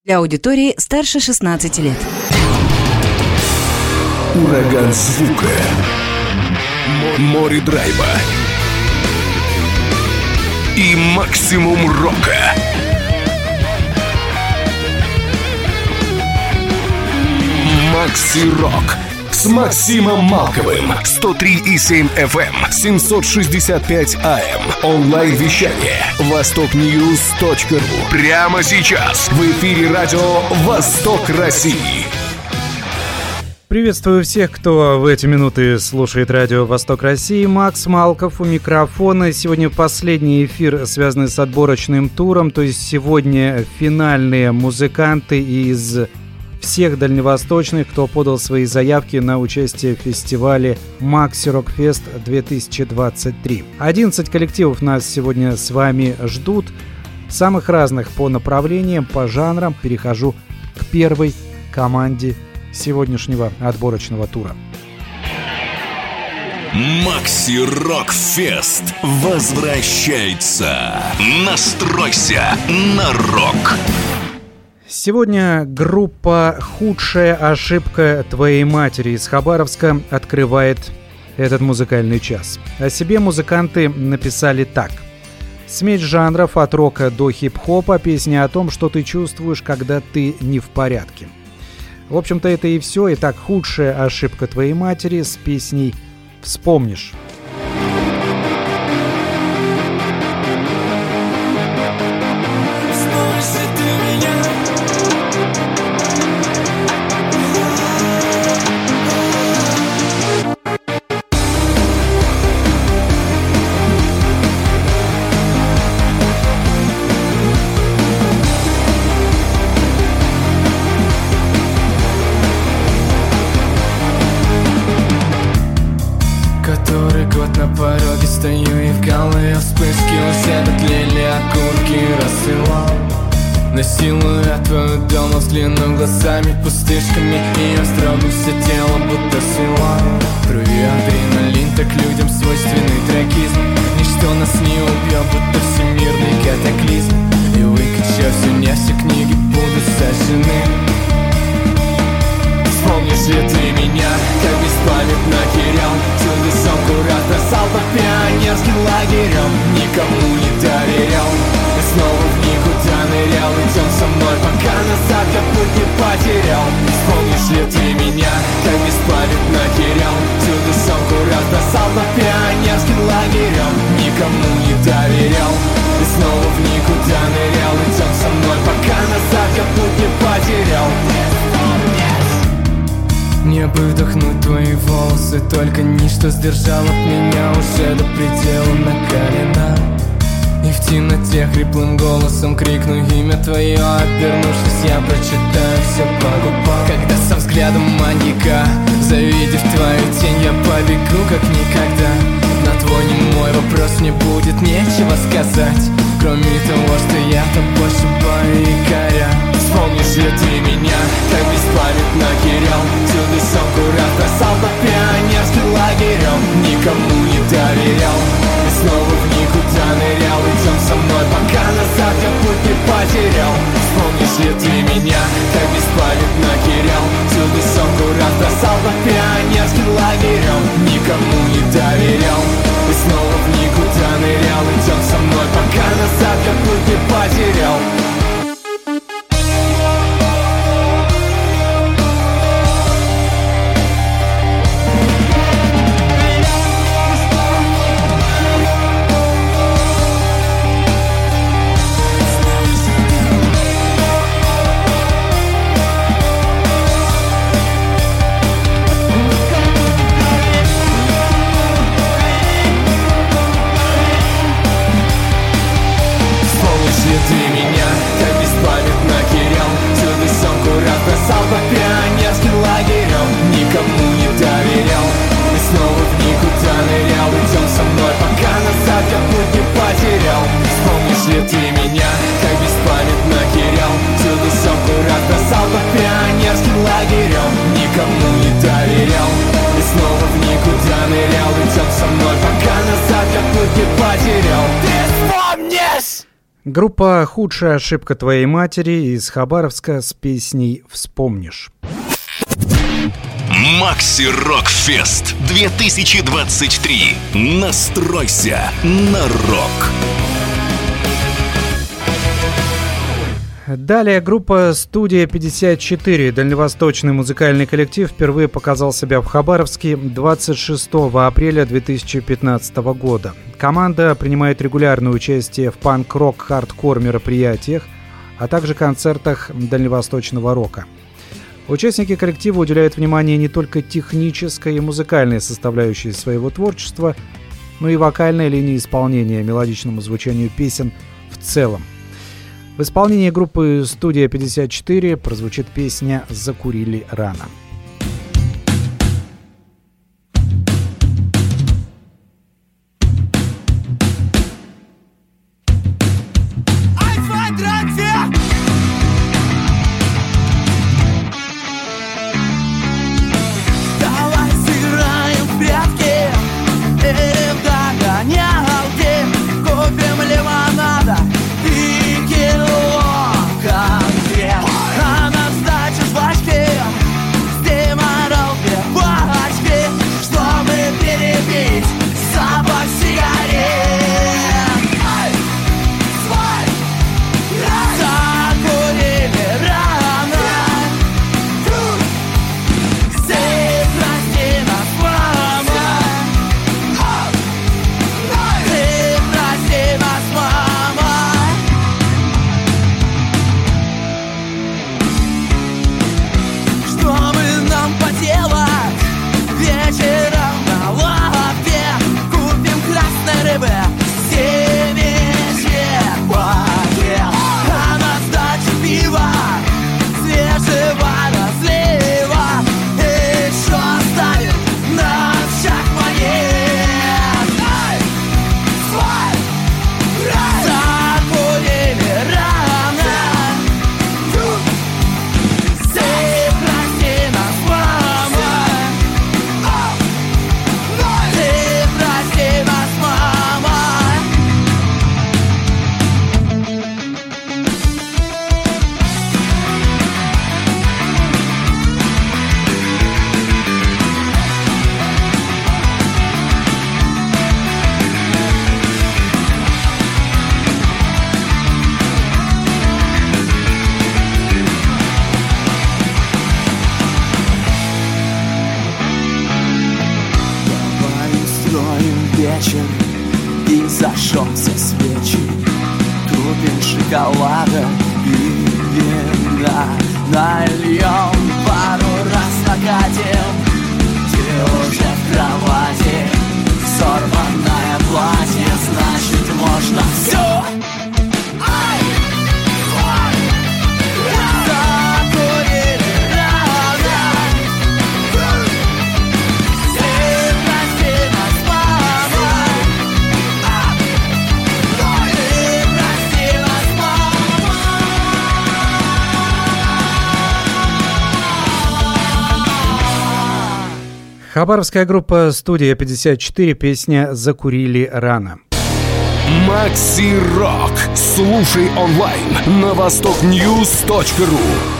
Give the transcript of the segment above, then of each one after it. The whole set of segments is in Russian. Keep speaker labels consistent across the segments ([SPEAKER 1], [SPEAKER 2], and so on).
[SPEAKER 1] Для аудитории старше 16 лет.
[SPEAKER 2] Ураган звука. Море драйва. И максимум рока. Макси Рок с Максимом Малковым. 103,7 FM, 765 AM. Онлайн-вещание востокньюз.ру. Прямо сейчас в эфире радио «Восток России».
[SPEAKER 3] Приветствую всех, кто в эти минуты слушает радио «Восток России». Макс Малков у микрофона. Сегодня последний эфир, связанный с отборочным туром. То есть сегодня финальные музыканты из всех дальневосточных, кто подал свои заявки на участие в фестивале Макси Рок Фест 2023. 11 коллективов нас сегодня с вами ждут. Самых разных по направлениям, по жанрам. Перехожу к первой команде сегодняшнего отборочного тура.
[SPEAKER 2] Макси Рок Фест возвращается. Настройся на рок.
[SPEAKER 3] Сегодня группа «Худшая ошибка твоей матери» из Хабаровска открывает этот музыкальный час. О себе музыканты написали так. Смесь жанров от рока до хип-хопа, песня о том, что ты чувствуешь, когда ты не в порядке. В общем-то, это и все. Итак, «Худшая ошибка твоей матери» с песней «Вспомнишь».
[SPEAKER 4] Насилуя твою дом взглянув глазами пустышками, и вздрогнув все тело будто свела. Крови адреналин, так людям свойственный трагизм. Ничто нас не убьет, будто всемирный катаклизм. И выкачав все не все книги будут сожжены. Вспомнишь ли ты меня, как беспамятно терял всю высокую разбросал по пионерским лагерям, никому не доверял. Снова в никуда нырял, идем со мной, пока назад я путь не потерял. Вспомнишь ли ты меня, как беспамятно терял всю тусовку разбросал по пионерским лагерям, никому не доверял. И снова в никуда нырял, идем со мной, пока назад я путь не потерял. Мне бы вдохнуть твои волосы, только ничто сдержало от меня уже до предела накалена. И в темноте хриплым голосом крикну имя твое, обернувшись, я прочитаю все по губам. Когда со взглядом маньяка, завидев твою тень, я побегу как никогда. На твой немой вопрос мне будет нечего сказать, кроме того, что я тобой ошибаю и коря. Вспомнишь ли ты меня, как беспамятно терял всю высокую разбросал по пионерским лагерям, никому не доверял. И снова в никуда нырял, идем со мной, пока назад я путь не потерял. Вспомнишь ли ты меня, как беспамятно терял всю высокую разбросал по пионерским лагерям, никому не доверял. И снова в никуда нырял, идем со мной, пока назад я путь не потерял. Ты меня,
[SPEAKER 3] Группа «Худшая ошибка твоей матери» из Хабаровска с песней «Вспомнишь».
[SPEAKER 2] Макси Рок Фест 2023. Настройся на рок.
[SPEAKER 3] Далее группа «Студия 54». Дальневосточный музыкальный коллектив впервые показал себя в Хабаровске 26 апреля 2015 года. Команда принимает регулярное участие в панк-рок-хардкор мероприятиях, а также концертах дальневосточного рока. Участники коллектива уделяют внимание не только технической и музыкальной составляющей своего творчества, но и вокальной линии исполнения, мелодичному звучанию песен в целом. В исполнении группы «Студия 54» прозвучит песня «Закурили рано».
[SPEAKER 5] вечер и зажжемся свечи, купим шоколада и вина, нальем пару раз накатим, ты уже в кровати, сорванное платье, значит можно все.
[SPEAKER 3] Хабаровская группа «Студия 54», песня «Закурили рано».
[SPEAKER 2] Макси Рок. Слушай онлайн на востокньюз.ру.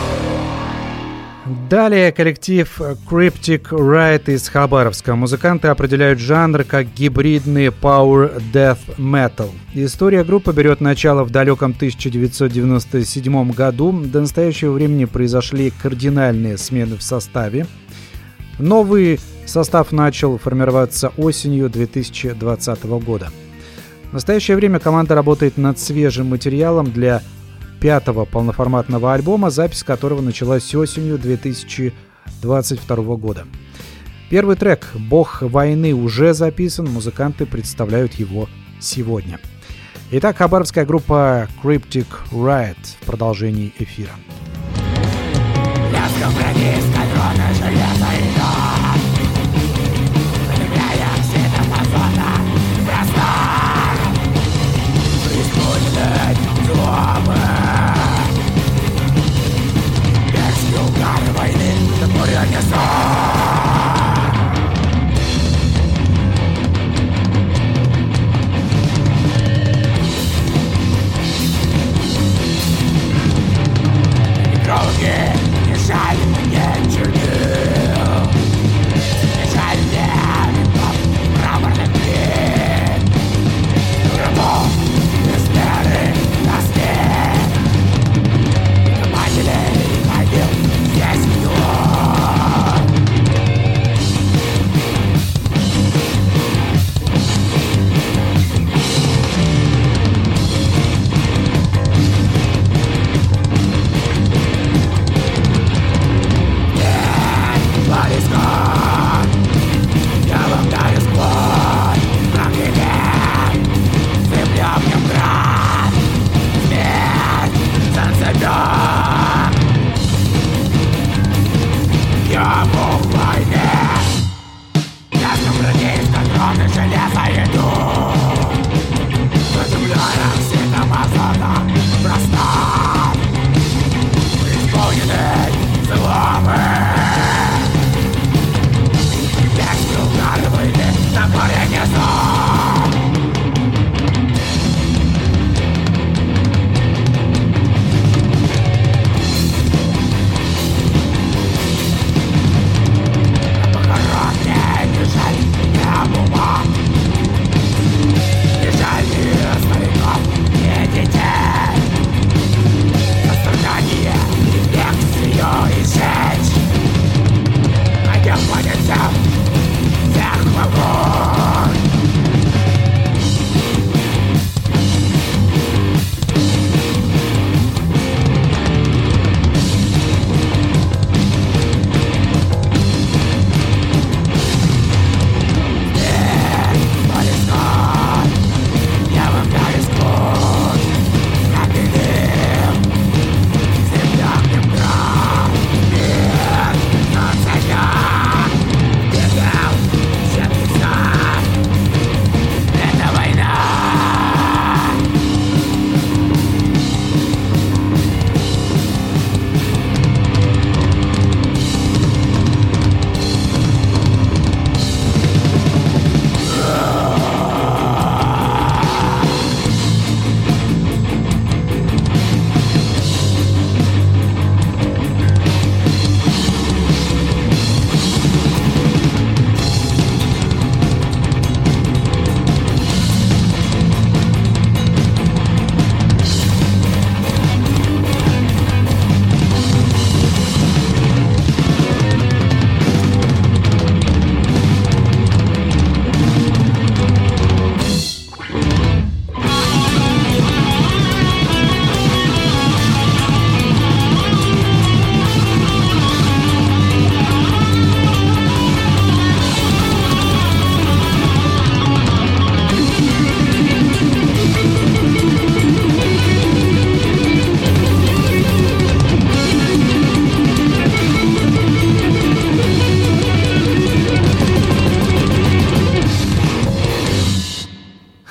[SPEAKER 3] Далее коллектив Cryptic Riot из Хабаровска. Музыканты определяют жанр как гибридный Power Death Metal. История группы берет начало в далеком 1997 году. До настоящего времени произошли кардинальные смены в составе. Новый состав начал формироваться осенью 2020 года. В настоящее время команда работает над свежим материалом для 5-го полноформатного альбома, запись которого началась осенью 2022 года. Первый трек «Бог войны» уже записан, музыканты представляют его сегодня. Итак, хабаровская группа Cryptic Riot в продолжении эфира.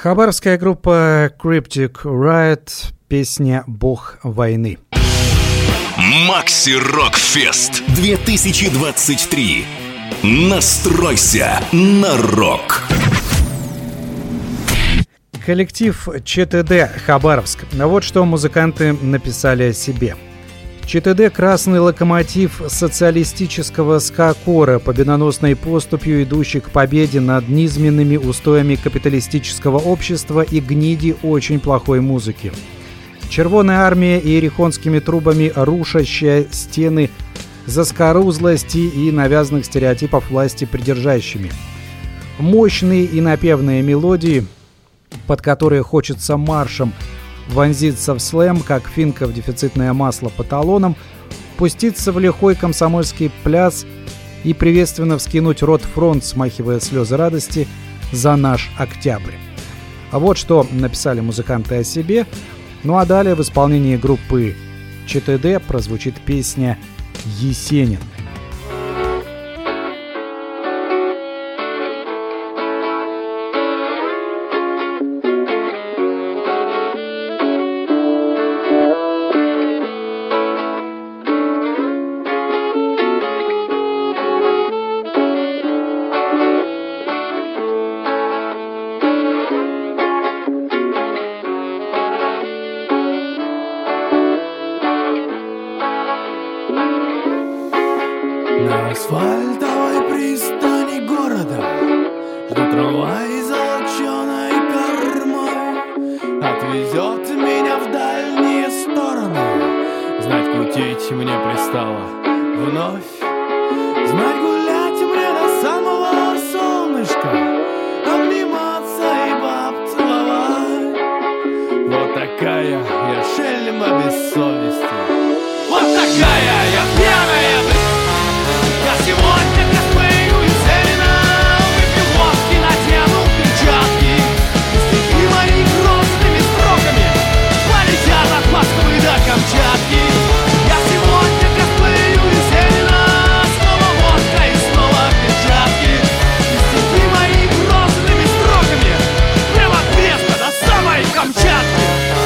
[SPEAKER 3] Хабаровская группа Cryptic Riot, песня «Бог войны».
[SPEAKER 2] Макси Рок Фест 2023. Настройся на рок.
[SPEAKER 3] Коллектив ЧТД Хабаровск. Вот что музыканты написали о себе. ЧТД – красный локомотив социалистического ска-кора, победоносной поступью идущий к победе над низменными устоями капиталистического общества и гниди очень плохой музыки. Червоная армия иерихонскими трубами, рушащая стены заскорузлости и навязанных стереотипов власти придержащими. Мощные и напевные мелодии, под которые хочется маршем вонзиться в слэм, как финка в дефицитное масло по талонам, пуститься в лихой комсомольский пляс и приветственно вскинуть рот фронт, смахивая слезы радости за наш октябрь. А вот что написали музыканты о себе. Ну а далее в исполнении группы ЧТД прозвучит песня «Есенин».
[SPEAKER 5] На асфальтовой пристани города жду трамвай золоченой кормой. Отвезет меня в дальние стороны. Знать кутить мне пристало вновь. Знать гулять мне до самого солнышка, обниматься и баб целовать. Вот такая я шельма без совести. Вот такая я пьяная. Я сегодня косплею Есенина, выпью водки, надену перчатки, и стихи мои грозными строками полетят от Москвы до Камчатки. Я сегодня косплею Есенина, снова водка и снова перчатки, и стихи мои грозными строками прямо от Бреста до самой Камчатки.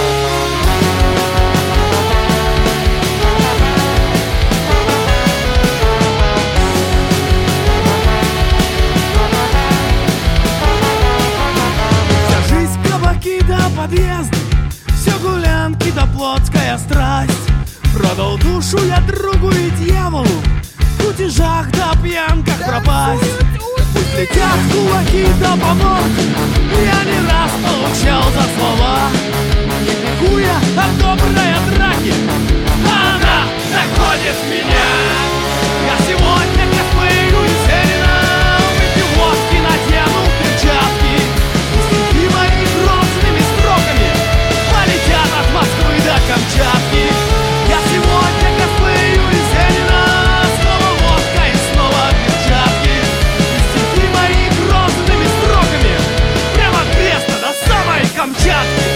[SPEAKER 5] Подъезд, все гулянки да плотская страсть. Продал душу я другу и дьяволу, в кутежах да пьянках пропасть. Пусть летят кулаки да помог, я не раз получал за слова. Не бегу я от доброй драки, а она находит меня. Я сегодня косплею Есенина, выпью водки, надену перчатки, и стихи мои грозными строками полетят от Москвы до Камчатки. Я сегодня косплею Есенина, снова водка и снова перчатки, и стихи мои грозными строками прямо от Бреста до самой Камчатки.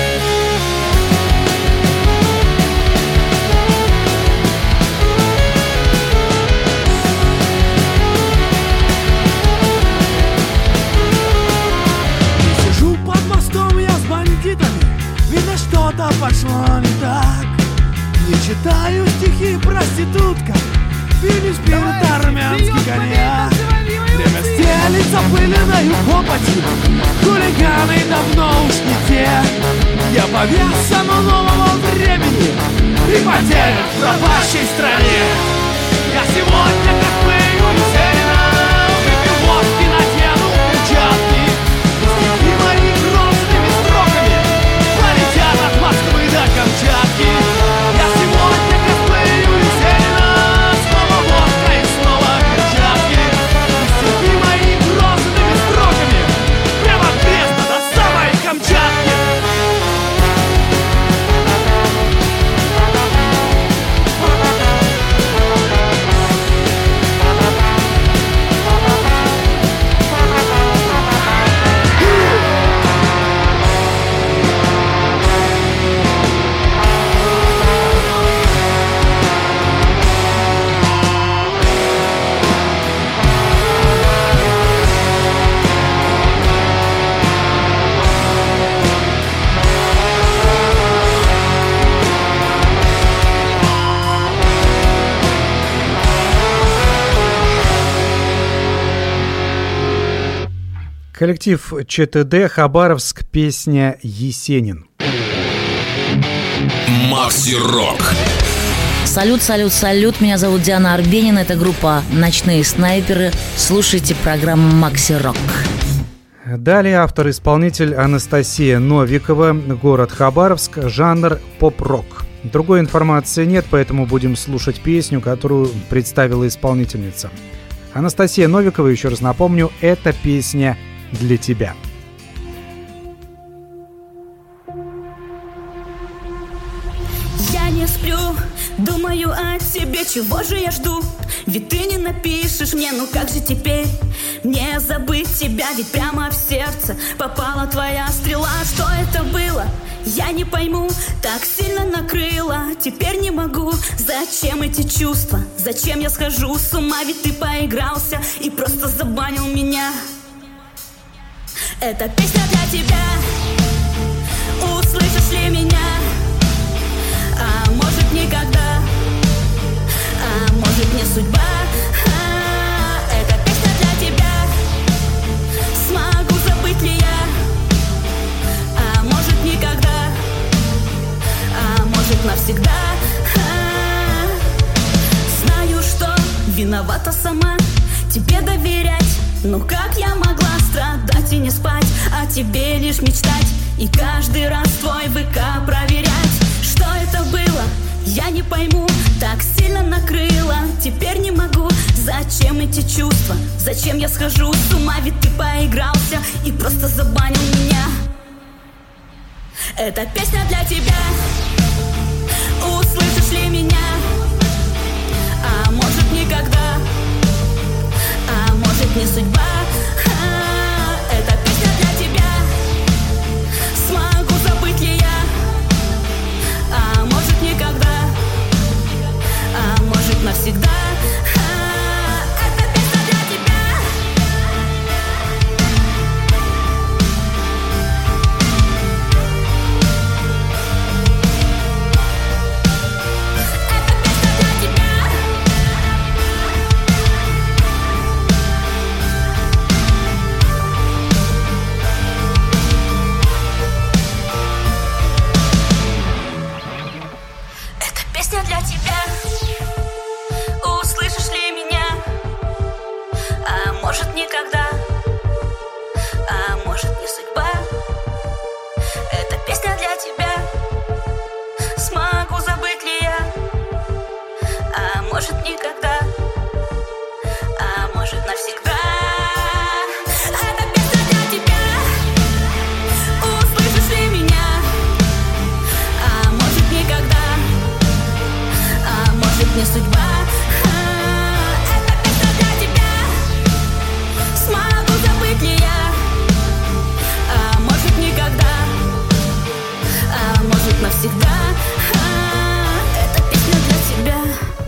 [SPEAKER 5] Видно, что-то пошло не так. Не читаю стихи проститутка, пью не спирт, армянский коньяк. Время стелится пыленою копотью, хулиганы давно уж не те. Я повес саму нового времени и потерян в пропащей стране. Я сегодня косплею Есенина, выпью водки, надену перчатки, и стихи мои грозными строками полетят от Москвы до Камчатки. Я сегодня косплею Есенина, снова водка и снова перчатки, и стихи мои грозными строками прямо от Бреста до самой Камчатки.
[SPEAKER 3] Коллектив ЧТД, Хабаровск, песня «Есенин».
[SPEAKER 2] Макси Рок.
[SPEAKER 6] Салют, салют, салют. Меня зовут Диана Арбенина. Это группа «Ночные снайперы». Слушайте программу «Макси Рок».
[SPEAKER 3] Далее автор-исполнитель Анастасия Новикова, город Хабаровск, жанр поп-рок. Другой информации нет, поэтому будем слушать песню, которую представила исполнительница. Анастасия Новикова, еще раз напомню, это песня «Для тебя».
[SPEAKER 7] Я не сплю, думаю о тебе, чего же я жду? Ведь ты не напишешь мне, ну как же теперь мне забыть тебя? Ведь прямо в сердце попала твоя стрела. Что это было? Я не пойму, так сильно накрыло. Теперь не могу, зачем эти чувства? Зачем я схожу с ума? Ведь ты поигрался и просто забанил меня. Эта песня для тебя, услышишь ли меня? А может никогда, а может не судьба. Эта песня для тебя, смогу забыть ли я? А может никогда, а может навсегда. Знаю, что виновата сама, тебе доверять. Но как я могла страдать и не спать, о тебе лишь мечтать и каждый раз твой ВК проверять? Что это было? Я не пойму, так сильно накрыло. Теперь не могу, зачем эти чувства? Зачем я схожу с ума? Ведь ты поигрался и просто забанил меня. Эта песня для тебя, услышишь ли меня? А может никогда, а может не судьба. Эта песня для тебя, смогу забыть ли я? А может никогда, а может навсегда. Эта песня для тебя. Эта песня для тебя. Эта песня для тебя, услышишь ли меня? А может никогда, а может не судьба. Эта песня для тебя, смогу забыть ли я? А может никогда, а может навсегда. Эта песня для тебя, услышишь ли меня? А может никогда, а может не судьба. Эта песня для тебя, смогу забыть ли я? А может никогда, а может навсегда. Эта песня для тебя.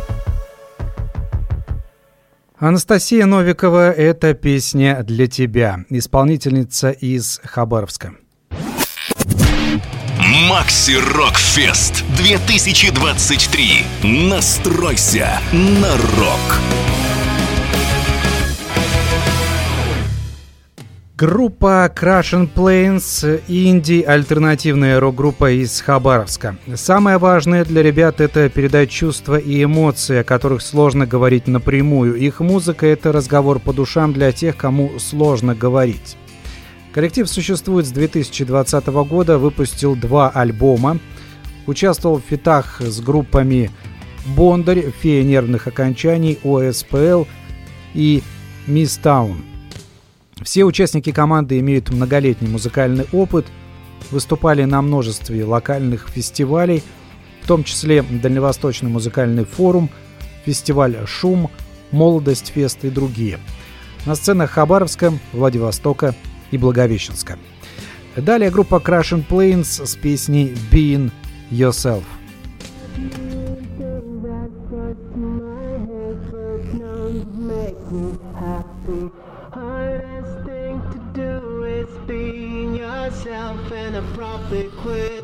[SPEAKER 3] Анастасия Новикова, это песня «Для тебя», исполнительница из Хабаровска.
[SPEAKER 2] Макси Рок Фест 2023. Настройся на рок.
[SPEAKER 3] Группа Crash and Planes, инди-альтернативная рок-группа из Хабаровска. Самое важное для ребят — это передать чувства и эмоции, о которых сложно говорить напрямую. Их музыка — это разговор по душам для тех, кому сложно говорить. Коллектив существует с 2020 года, выпустил 2 альбома, участвовал в фитах с группами «Бондарь», «Фея нервных окончаний», «ОСПЛ» и «Мисс Таун». Все участники команды имеют многолетний музыкальный опыт, выступали на множестве локальных фестивалей, в том числе Дальневосточный музыкальный форум, фестиваль «Шум», «Молодость Фест» и другие. На сценах Хабаровска, Владивостока и Благовещенска. Далее группа Crash and Planes с песней «Being Yourself».
[SPEAKER 8] Hardest thing to do is being yourself and abruptly quit.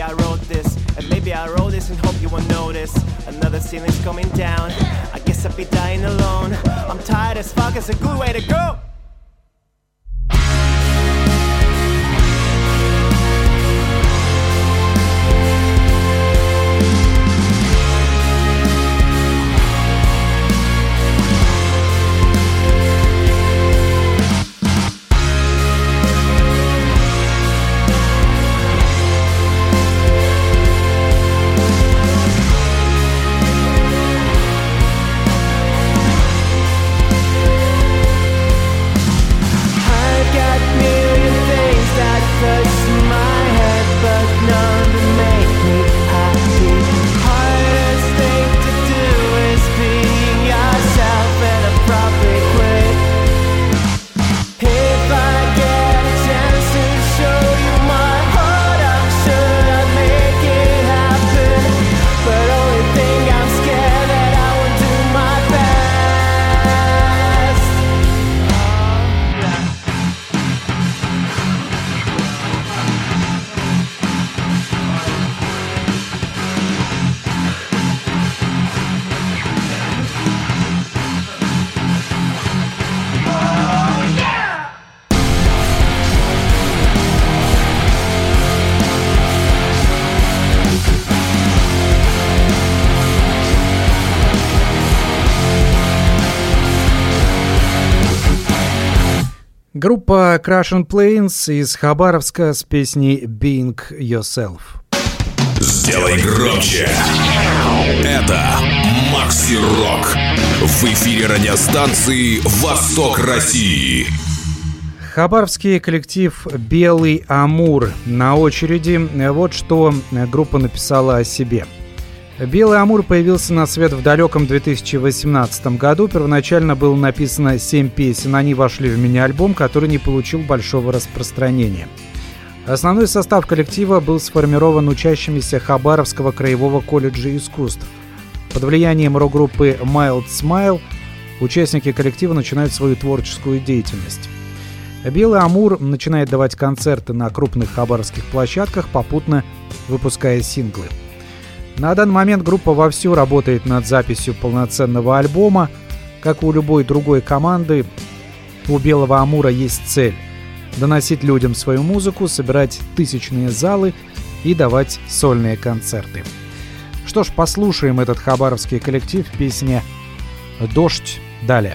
[SPEAKER 9] I wrote this, and maybe I wrote this and hope you won't notice. Another ceiling's coming down, I guess I'll be dying alone. I'm tired as fuck, it's a good way to go.
[SPEAKER 3] Группа Crash and Planes из Хабаровска с песней Being Yourself.
[SPEAKER 2] Сделай громче. Это Макси Рок. В эфире радиостанции «Восток России».
[SPEAKER 3] Хабаровский коллектив «Белый Амур» на очереди. Вот что группа написала о себе. «Белый Амур» появился на свет в далеком 2018 году. Первоначально было написано 7 песен. Они вошли в мини-альбом, который не получил большого распространения. Основной состав коллектива был сформирован учащимися Хабаровского краевого колледжа искусств. Под влиянием рок-группы Mild Smile участники коллектива начинают свою творческую деятельность. «Белый Амур» начинает давать концерты на крупных хабаровских площадках, попутно выпуская синглы. На данный момент группа вовсю работает над записью полноценного альбома. Как у любой другой команды, у «Белого Амура» есть цель – доносить людям свою музыку, собирать тысячные залы и давать сольные концерты. Что ж, послушаем этот хабаровский коллектив в песне «Дождь» далее.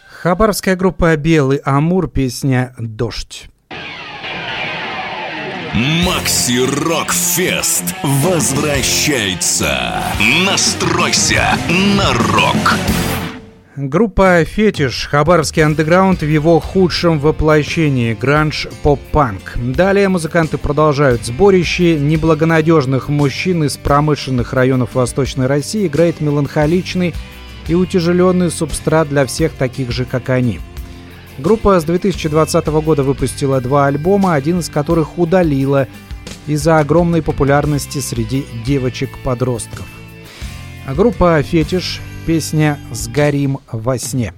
[SPEAKER 3] Хабаровская группа «Белый Амур», песня «Дождь».
[SPEAKER 2] Макси Рок Фест возвращается. Настройся на рок.
[SPEAKER 3] Группа «Фетиш», хабаровский андеграунд в его худшем воплощении, гранж-поп-панк. Далее музыканты продолжают сборище неблагонадежных мужчин из промышленных районов Восточной России, играет меланхоличный и утяжеленный субстрат для всех таких же, как они. Группа с 2020 года выпустила 2 альбома, один из которых удалила из-за огромной популярности среди девочек-подростков. Группа «Фетиш», песня «Сгорим во сне».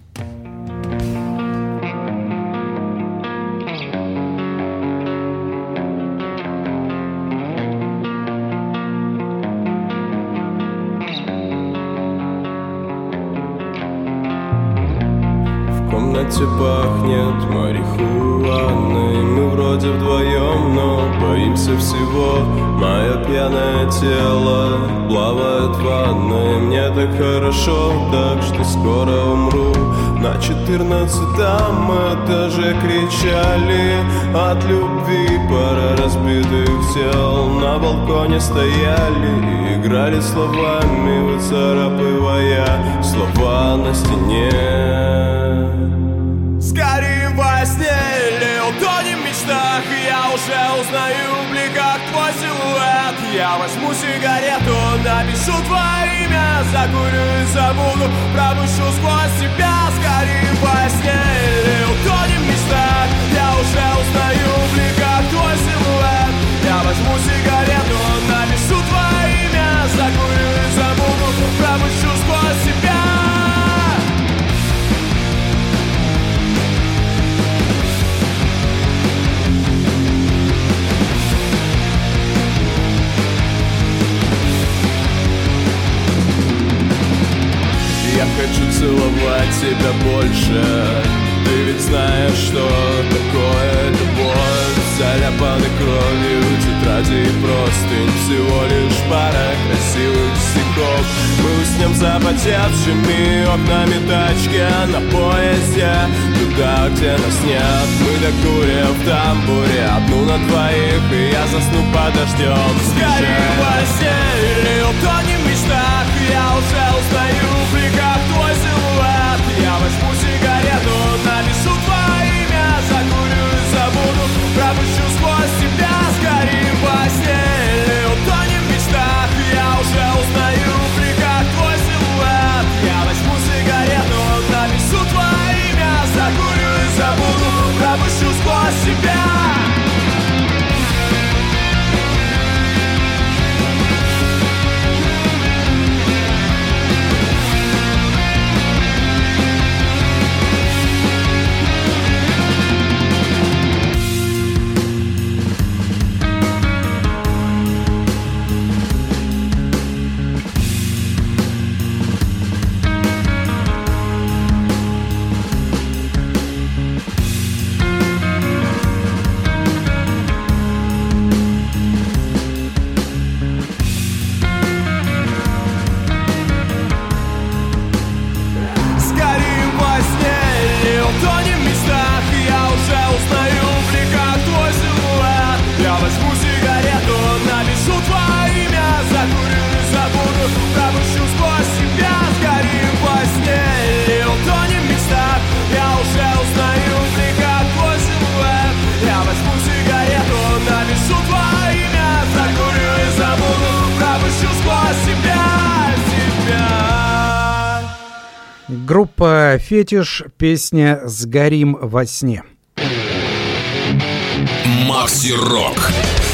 [SPEAKER 4] В комнате пахнет марихуаной. Мы вроде вдвоем, но боимся всего. Мое пьяное тело плавает в ванной. Мне так хорошо, так что скоро умру. На 14-м этаже кричали от любви. Пара разбитых тел на балконе стояли и играли словами, выцарапывая слова на стене.
[SPEAKER 9] Сгорим во сне или утонем в мечтах. Я уже узнаю в бликах твой силуэт. Я возьму сигарету, напишу твое имя, закурю и забуду, пропущу сквозь себя. Сгорим во сне или утонем в мечтах. Я уже узнаю в бликах твой силуэт. Я возьму сигарету, напишу твое имя, закурю и забуду, пропущу сквозь себя.
[SPEAKER 4] Я хочу целовать тебя больше. Ты ведь знаешь, что такое любовь. Заляпаны кровью тетради и простынь. Всего лишь пара красивых стихов. Мы уснем запотевшими окнами тачки на поезде, туда, где нас нет. Мы докурим в тамбуре одну на двоих, и я засну под дождем.
[SPEAKER 9] Сгорим во сне или утонем в мечтах. Я уже узнаю в бликах твой силуэт. Я возьму сигарету, напишу твое имя, закурю и забуду, пропущу сквозь себя. Сгорим во сне или утонем в мечтах. Я уже узнаю в бликах твой силуэт. Я возьму сигарету, напишу твое имя, закурю и забуду, пропущу сквозь себя.
[SPEAKER 3] Группа «Фетиш», песня «Сгорим во сне».
[SPEAKER 2] Макси Рок.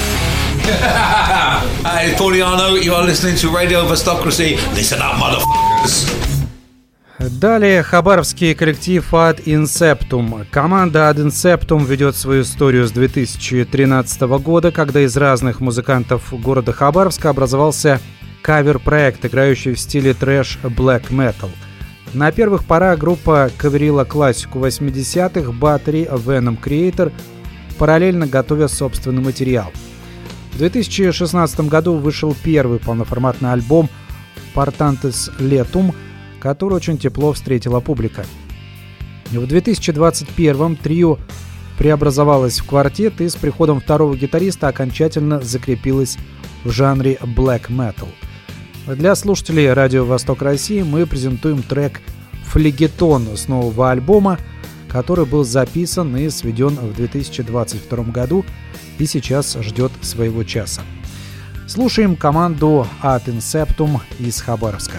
[SPEAKER 10] Hey, Pauliano, you are listening to Radio Vostocracy. Listen up, motherfuckers.
[SPEAKER 3] Далее хабаровский коллектив Ad Inceptum. Команда Ad Inceptum ведет свою историю с 2013 года, когда из разных музыкантов города Хабаровска образовался кавер-проект, играющий в стиле трэш-блэк метал. На первых порах группа каверила классику 80-х Battery, Venom Creator, параллельно готовя собственный материал. В 2016 году вышел первый полноформатный альбом Portantes Letum, который очень тепло встретила публика. В 2021 трио преобразовалась в квартет и с приходом второго гитариста окончательно закрепилась в жанре black metal. Для слушателей Радио Восток России мы презентуем трек «Флегетон» с нового альбома, который был записан и сведен в 2022 году и сейчас ждет своего часа. Слушаем команду Ad Inceptum из Хабаровска.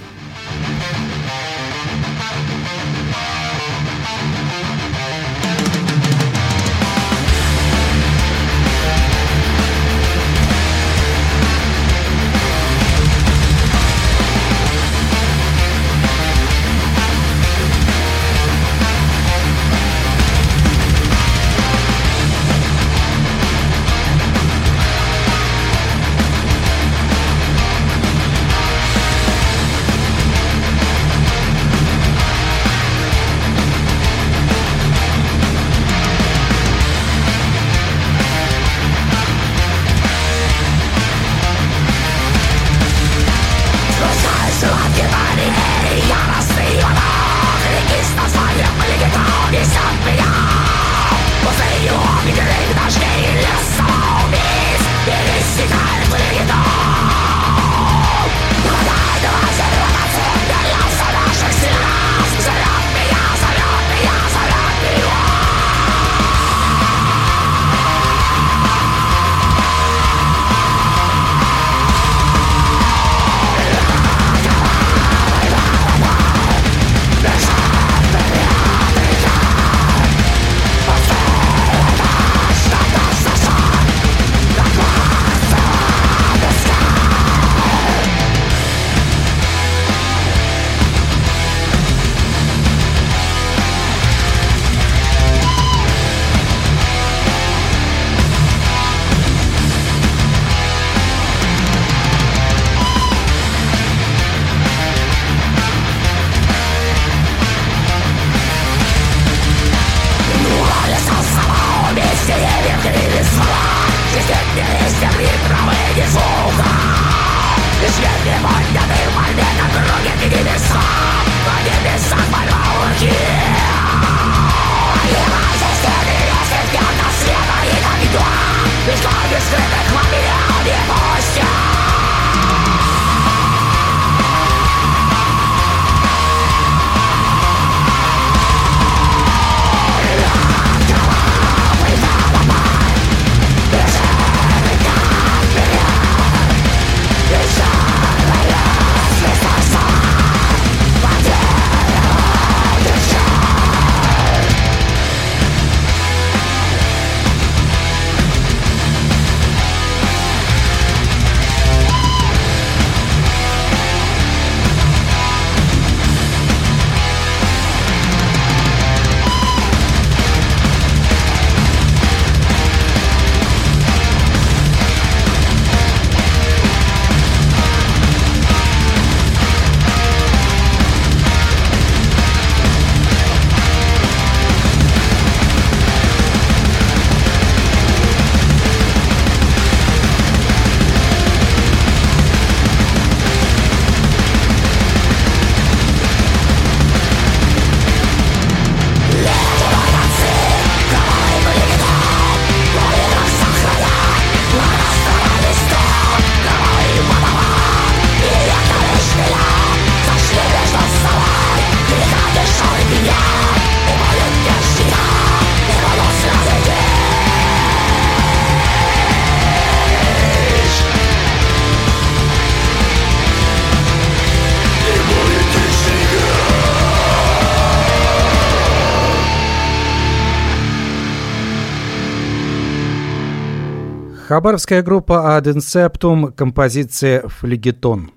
[SPEAKER 3] Хабаровская группа Ad Inceptum, композиция «Флегетон».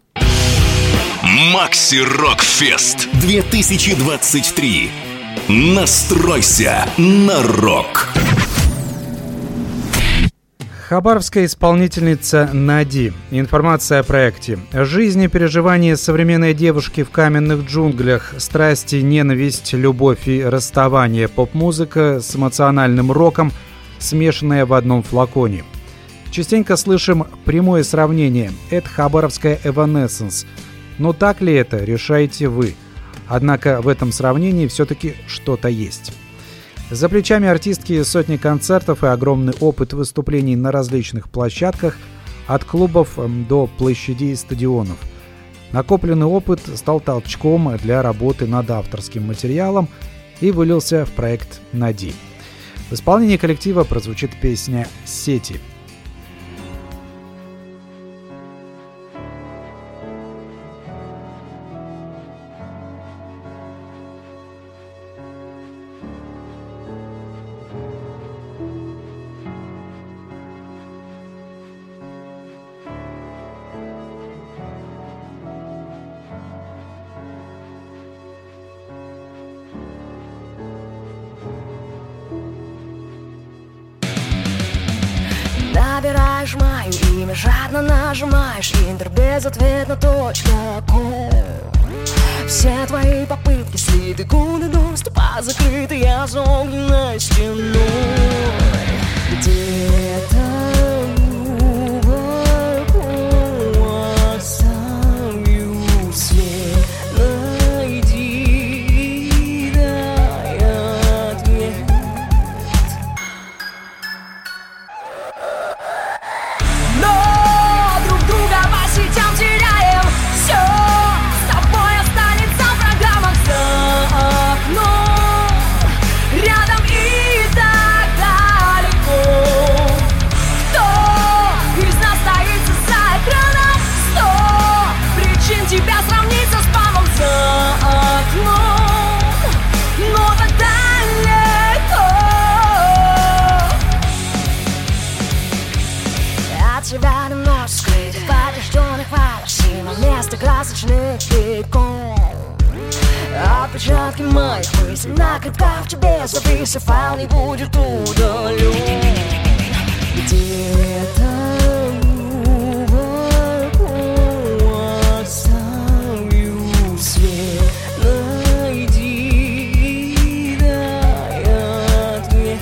[SPEAKER 2] Макси Рок Фест 2023. Настройся на рок.
[SPEAKER 3] Хабаровская исполнительница Нади. Информация о проекте. Жизнь и переживания современной девушки в каменных джунглях. Страсти, ненависть, любовь и расставание. Поп-музыка с эмоциональным роком, смешанная в одном флаконе. Частенько слышим прямое сравнение. Это хабаровская Evanescence. Но так ли это, решаете вы. Однако в этом сравнении все-таки что-то есть. За плечами артистки сотни концертов и огромный опыт выступлений на различных площадках, от клубов до площадей и стадионов. Накопленный опыт стал толчком для работы над авторским материалом и вылился в проект «Нади». В исполнении коллектива прозвучит песня «Сети».
[SPEAKER 11] Набираешь мое имя, жадно нажимаешь Интер, безответно.ком. Все твои попытки слиты, гуды доступа закрыты, я за огненной стеной. Где-то глубоко оставлю след, найди, дай ответ. Но друг друга по сетям теряем. Все с тобой останется в программах за окном, рядом и так далеко. Кто из нас стоится за экраном? 100 причин тебя сравниться с спамом за окном, но так далеко. От себя немного скрыт, в поврежденных фальшиво место красочных икон. Отпечатки моих мыслей накрепко в тебе завис, и файл не будет удален. Где-то глубоко оставлю след, найди, дай ответ.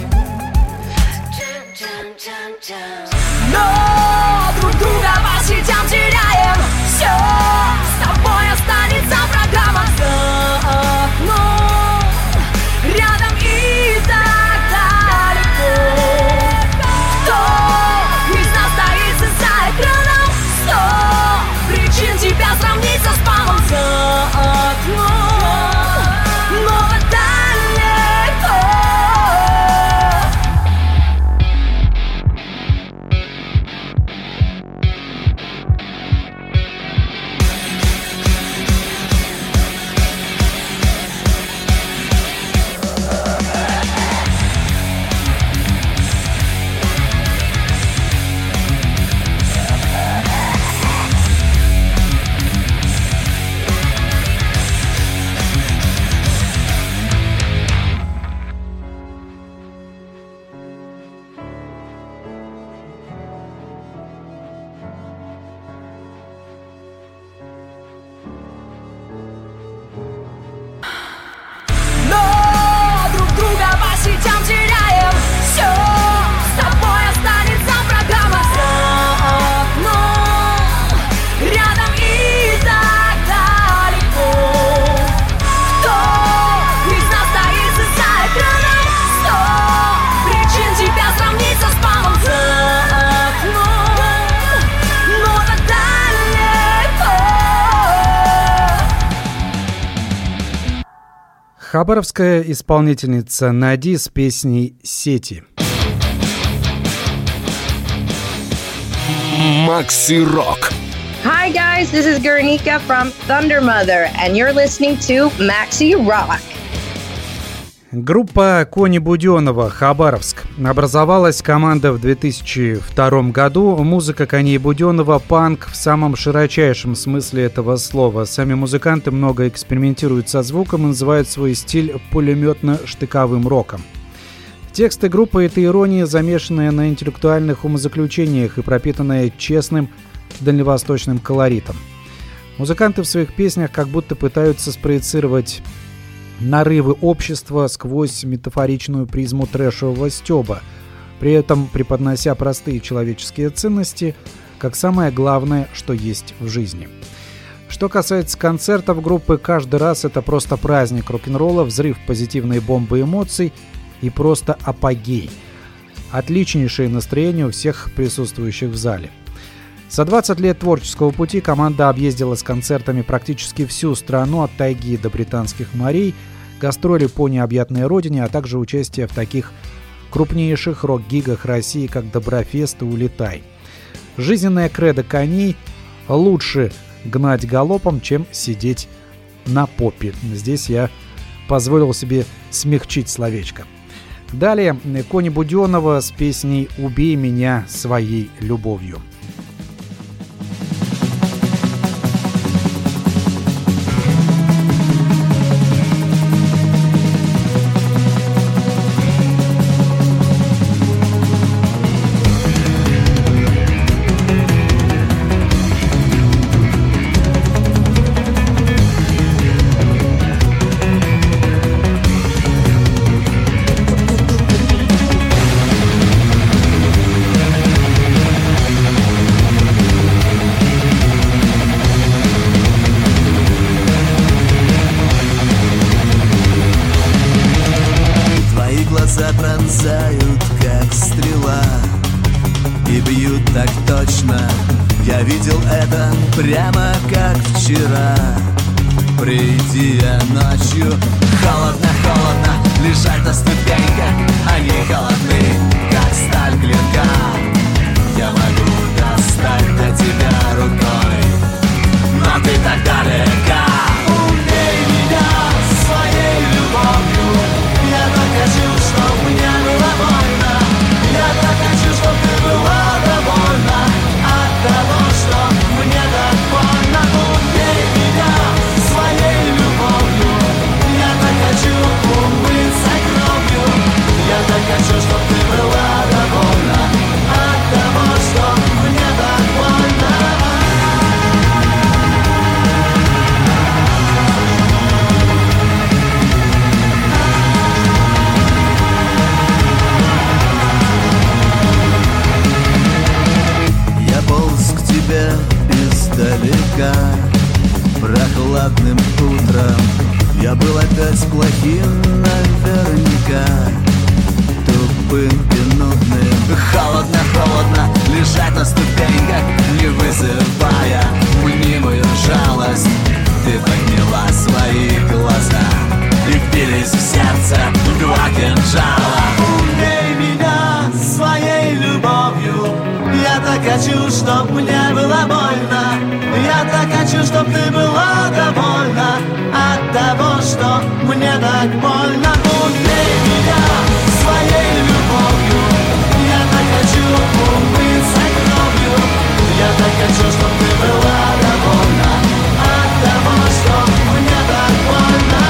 [SPEAKER 11] Но друг друга по сетям теряем. Все с тобой останется в программах за окном, рядом и так далеко. Кто из нас стоится за экраном? 100 причин тебя сравниться с спамом за окном, но так далеко. Но друг друга по сетям теряем. Все с тобой останется в программах за окном, рядом и так далеко. Кто из нас стоится за экраном? 100 причин тебя сравниться с спамом за окном, но так далеко.
[SPEAKER 3] Хабаровская исполнительница Нади с песней «Сети».
[SPEAKER 2] Макси Рок.
[SPEAKER 12] Hi guys, this is Guernica from Thunder Mother, and you're listening to Maxi Rock.
[SPEAKER 3] Группа Кони Буденова, Хабаровск. Образовалась команда в 2002 году. Музыка Коней Буденова – панк в самом широчайшем смысле этого слова. Сами музыканты много экспериментируют со звуком и называют свой стиль пулеметно-штыковым роком. Тексты группы – это ирония, замешанная на интеллектуальных умозаключениях и пропитанная честным дальневосточным колоритом. Музыканты в своих песнях как будто пытаются спроецировать нарывы общества сквозь метафоричную призму трэшевого стёба, при этом преподнося простые человеческие ценности как самое главное, что есть в жизни. Что касается концертов группы, каждый раз это просто праздник рок-н-ролла, взрыв позитивной бомбы эмоций и просто апогей. Отличнейшее настроение у всех присутствующих в зале. За 20 лет творческого пути команда объездила с концертами практически всю страну от тайги до британских морей, гастроли по необъятной родине, а также участие в таких крупнейших рок-гигах России, как Доброфест и Улетай. Жизненная кредо коней – лучше гнать галопом, чем сидеть на попе. Здесь я позволил себе смягчить словечко. Далее Кони Буденова с песней «Убей меня своей любовью».
[SPEAKER 13] Пронзают, как стрела, и бьют так точно. Я видел это прямо как вчера. Приди я ночью, холодно, холодно, лежать на ступеньках. Они холодны, как сталь клинка. Я могу достать до тебя рукой, но ты так далека. Убей меня своей любовью. Я так хочу, чтоб мне было больно. Я так хочу, чтоб ты была довольна от того, что мне так больно. Убей меня своей любовью. Я так хочу умыться кровью. Я так хочу, чтоб ты была довольна от того, что мне так больно. Издалека, прохладным утром я был опять плохим наверняка, тупым и нудным. Холодно, холодно, лежать на ступеньках, не вызывая мнимую жалость. Ты подняла свои глаза и впились в сердце два кинжала. Убей меня своей любовью. Я так хочу, чтоб мне было больно. Я так хочу, чтоб ты была довольна от того, что мне так больно. Убей меня своей любовью. Я так хочу умыться кровью. Я так хочу, чтоб ты была довольна от того, что мне так больно.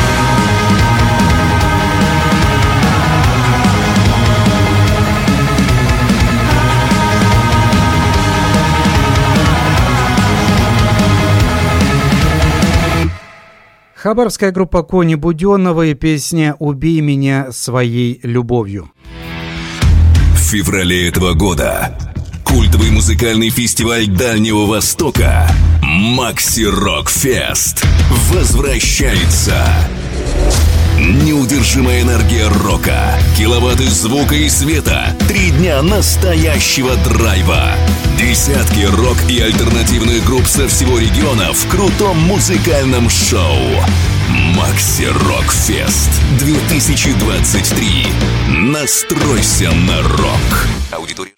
[SPEAKER 3] Хабаровская группа Кони Буденова и песня «Убей меня своей любовью».
[SPEAKER 2] В феврале этого года культовый музыкальный фестиваль Дальнего Востока «Макси Рок Фест» возвращается. Неудержимая энергия рока, киловатты звука и света, 3 дня настоящего драйва. Десятки рок и альтернативных групп со всего региона в крутом музыкальном шоу. Макси Рок Фест 2023. Настройся на рок. Аудитория.